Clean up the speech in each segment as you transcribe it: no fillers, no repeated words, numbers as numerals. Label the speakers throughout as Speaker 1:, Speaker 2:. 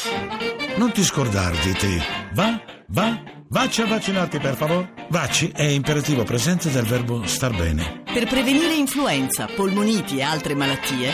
Speaker 1: Non ti scordar di te. Vacci a vaccinarti, per favore. Vacci è imperativo presente del verbo star bene.
Speaker 2: Per prevenire influenza, polmoniti e altre malattie.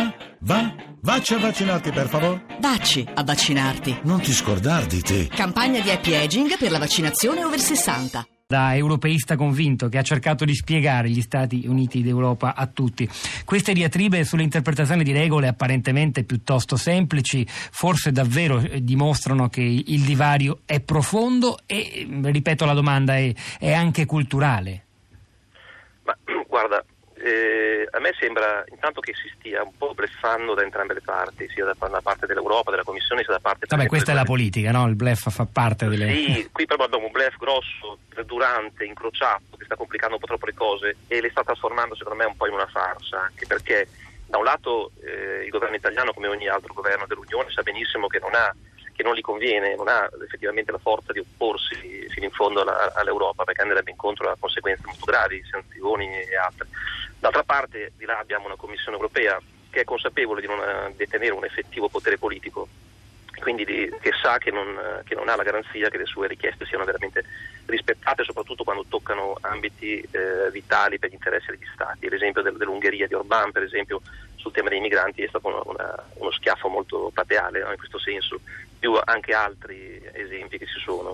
Speaker 1: Vacci a vaccinarti, per favore.
Speaker 2: Vacci a vaccinarti.
Speaker 1: Non ti scordar di te.
Speaker 2: Campagna di happy aging per la vaccinazione over 60.
Speaker 3: Da europeista convinto che ha cercato di spiegare gli Stati Uniti d'Europa a tutti. Queste diatribe sull'interpretazione di regole apparentemente piuttosto semplici forse davvero dimostrano che il divario è profondo e, ripeto la domanda, è anche culturale.
Speaker 4: Ma guarda, a me sembra intanto che si stia un po' bleffando da entrambe le parti, sia da parte dell'Europa, della Commissione, sia da parte...
Speaker 3: Vabbè, questa è la politica, no? Il bluff fa parte delle...
Speaker 4: Sì, qui però abbiamo un bluff grosso, durante, incrociato, che sta complicando un po' troppo le cose e le sta trasformando secondo me un po' in una farsa, anche perché da un lato il governo italiano, come ogni altro governo dell'Unione, sa benissimo che non gli conviene, non ha effettivamente la forza di opporsi fino in fondo all'Europa, perché andrebbe incontro a conseguenze molto gravi, sanzioni e altre. D'altra parte, di là abbiamo una Commissione europea che è consapevole di non detenere un effettivo potere politico, quindi che sa che non ha la garanzia che le sue richieste siano veramente rispettate, soprattutto quando toccano ambiti vitali per gli interessi degli Stati. L'esempio dell'Ungheria di Orbán, per esempio, sul tema dei migranti è stato uno schiaffo molto plateale, no? In questo senso, più anche altri esempi che ci sono.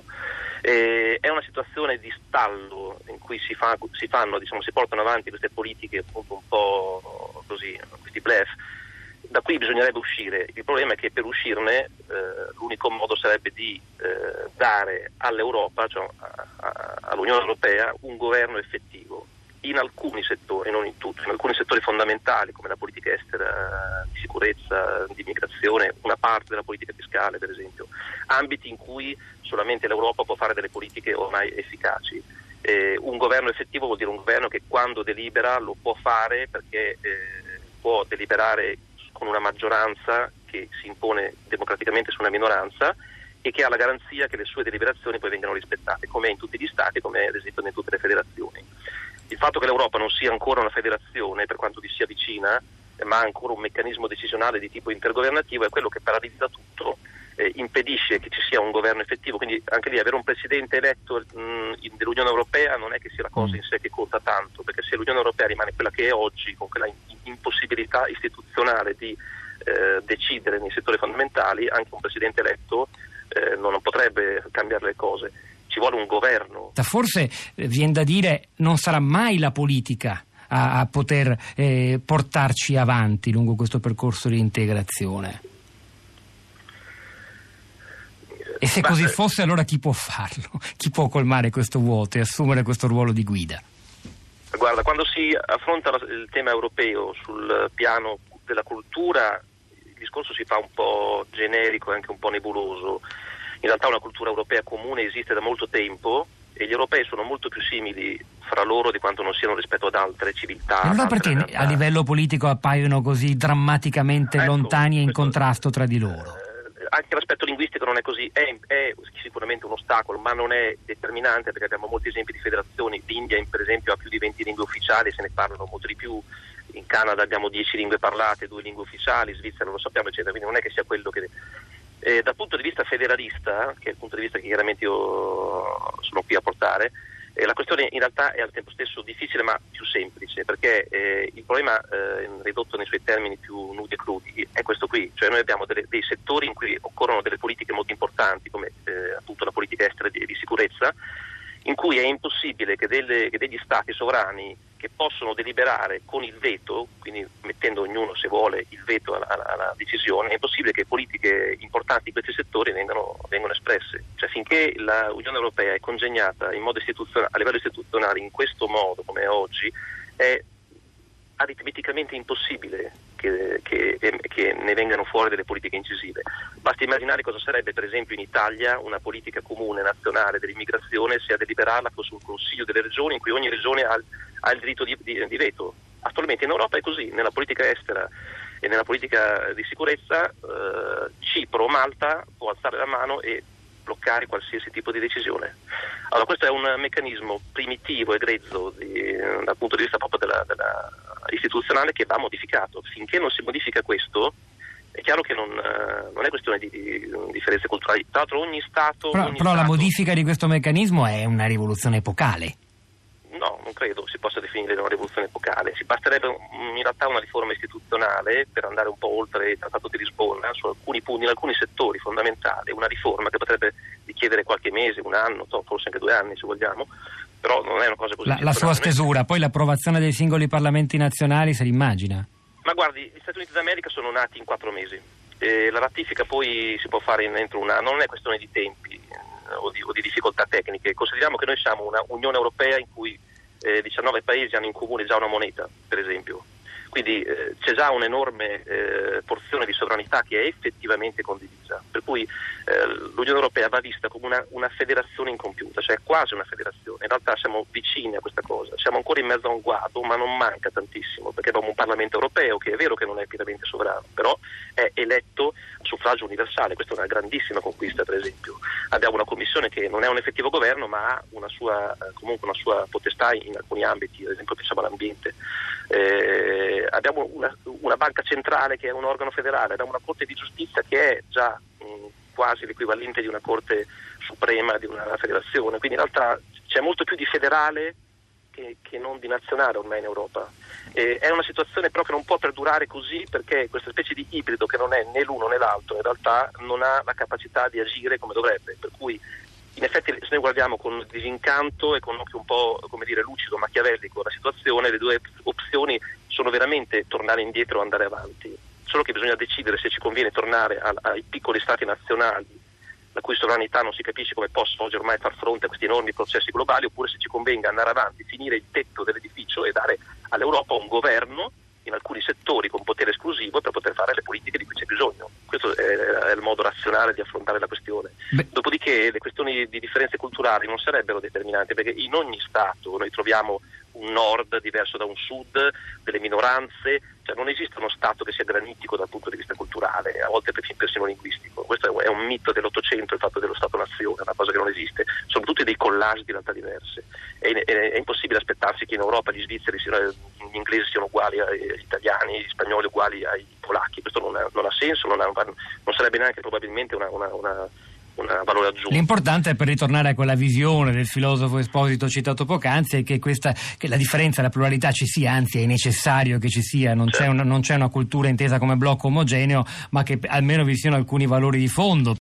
Speaker 4: È una situazione di stallo in cui si portano avanti queste politiche appunto un po' così, questi bluff, da cui bisognerebbe uscire. Il problema è che per uscirne l'unico modo sarebbe di dare all'Europa, cioè all'Unione Europea, un governo effettivo in alcuni settori, non in tutti, in alcuni settori fondamentali come la politica estera, di sicurezza, di immigrazione, una parte della politica fiscale per esempio, ambiti in cui solamente l'Europa può fare delle politiche ormai efficaci. Un governo effettivo vuol dire un governo che quando delibera lo può fare perché può deliberare con una maggioranza che si impone democraticamente su una minoranza e che ha la garanzia che le sue deliberazioni poi vengano rispettate, come è in tutti gli Stati, come è ad esempio in tutte le federazioni. Il fatto che l'Europa non sia ancora una federazione, per quanto vi sia vicina, ma ha ancora un meccanismo decisionale di tipo intergovernativo, è quello che paralizza tutto, impedisce che ci sia un governo effettivo, quindi anche lì avere un presidente eletto dell'Unione Europea non è che sia la cosa in sé che conta tanto, perché se l'Unione Europea rimane quella che è oggi, con quella impossibilità istituzionale di decidere nei settori fondamentali, anche un presidente eletto non potrebbe cambiare le cose. Ci vuole un governo.
Speaker 3: Forse viene da dire non sarà mai la politica a poter portarci avanti lungo questo percorso di integrazione. E se così fosse, allora chi può farlo? Chi può colmare questo vuoto e assumere questo ruolo di guida?
Speaker 4: Guarda, quando si affronta il tema europeo sul piano della cultura, il discorso si fa un po' generico e anche un po' nebuloso. In realtà una cultura europea comune esiste da molto tempo e gli europei sono molto più simili fra loro di quanto non siano rispetto ad altre civiltà.
Speaker 3: Allora perché a livello politico appaiono così drammaticamente lontani e in contrasto tra di loro?
Speaker 4: Anche l'aspetto linguistico non è così, è sicuramente un ostacolo, ma non è determinante perché abbiamo molti esempi di federazioni. L'India per esempio ha più di 20 lingue ufficiali, se ne parlano molto di più. In Canada abbiamo 10 lingue parlate, 2 lingue ufficiali, in Svizzera lo sappiamo eccetera, quindi non è che sia quello che... dal punto di vista federalista, che è il punto di vista che chiaramente io sono qui a portare, la questione in realtà è al tempo stesso difficile ma più semplice, perché il problema ridotto nei suoi termini più nudi e crudi è questo qui, cioè noi abbiamo dei settori in cui occorrono delle politiche molto importanti come appunto la politica estera e di sicurezza, in cui è impossibile che degli stati sovrani che possono deliberare con il veto, quindi mettendo ognuno se vuole il veto alla decisione, è impossibile che politiche importanti in questi settori vengano espresse. Cioè finché l'Unione Europea è congegnata in modo a livello istituzionale in questo modo come è oggi, è aritmeticamente impossibile che ne vengano fuori delle politiche incisive. Basta immaginare cosa sarebbe per esempio in Italia una politica comune nazionale dell'immigrazione se a deliberarla fosse un consiglio delle regioni in cui ogni regione ha il diritto di veto. Attualmente in Europa è così, nella politica estera e nella politica di sicurezza Cipro o Malta può alzare la mano e bloccare qualsiasi tipo di decisione. Allora questo è un meccanismo primitivo e grezzo dal punto di vista proprio della istituzionale che va modificato. Finché non si modifica questo, È chiaro che non è questione di differenze culturali. Tra l'altro ogni Stato...
Speaker 3: Però la modifica di questo meccanismo è una rivoluzione epocale.
Speaker 4: No, non credo si possa definire una rivoluzione epocale. Ci basterebbe in realtà una riforma istituzionale per andare un po' oltre il Trattato di Lisbona su alcuni punti, in alcuni settori fondamentali, una riforma che potrebbe richiedere qualche mese, un anno, forse anche 2 anni se vogliamo, però non è una cosa così.
Speaker 3: La sua stesura, poi l'approvazione dei singoli parlamenti nazionali se l'immagina?
Speaker 4: Ma guardi, gli Stati Uniti d'America sono nati in 4 mesi, la ratifica poi si può fare entro un anno, non è questione di tempi o di difficoltà tecniche. Consideriamo che noi siamo una Unione Europea in cui 19 paesi hanno in comune già una moneta, per esempio. Quindi c'è già un'enorme porzione di sovranità che è effettivamente condivisa, per cui l'Unione Europea va vista come una federazione incompiuta, cioè quasi una federazione. In realtà siamo vicini a questa cosa, siamo ancora in mezzo a un guado, ma non manca tantissimo, perché abbiamo un Parlamento europeo che è vero che non è pienamente sovrano, però è eletto a suffragio universale. Questa è una grandissima conquista, per esempio. Abbiamo una Commissione che non è un effettivo governo, ma ha comunque una sua potestà in alcuni ambiti, ad esempio pensiamo all'ambiente. Abbiamo una banca centrale che è un organo federale, abbiamo una Corte di Giustizia che è già quasi l'equivalente di una Corte Suprema di una federazione, quindi in realtà c'è molto più di federale che non di nazionale ormai in Europa. È una situazione però che non può perdurare così, perché questa specie di ibrido che non è né l'uno né l'altro in realtà non ha la capacità di agire come dovrebbe, per cui in effetti se noi guardiamo con disincanto e con un occhio un po' lucido, machiavellico la situazione, le due opzioni sono veramente tornare indietro o andare avanti, solo che bisogna decidere se ci conviene tornare ai piccoli stati nazionali la cui sovranità non si capisce come possa oggi ormai far fronte a questi enormi processi globali, oppure se ci convenga andare avanti, finire il tetto dell'edificio e dare all'Europa un governo in alcuni settori con potere esclusivo per poter fare le politiche di cui c'è bisogno. Questo è il modo razionale di affrontare la questione. Dopodiché le questioni di differenze culturali non sarebbero determinanti, perché in ogni Stato noi troviamo un nord diverso da un sud, delle minoranze, cioè non esiste uno Stato che sia granitico dal punto di vista culturale, a volte persino linguistico. Questo è un mito dell'Ottocento, il fatto dello Stato-nazione, è una cosa che non esiste. Sono tutti dei collage di realtà diverse. È impossibile aspettarsi che in Europa gli svizzeri gli inglesi siano uguali agli italiani, gli spagnoli uguali ai polacchi. Questo non ha senso, non sarebbe neanche probabilmente un valore aggiunto.
Speaker 3: L'importante è, per ritornare a quella visione del filosofo Esposito citato poc'anzi, è che la differenza, la pluralità ci sia, anzi è necessario che ci sia, non c'è una cultura intesa come blocco omogeneo, ma che almeno vi siano alcuni valori di fondo.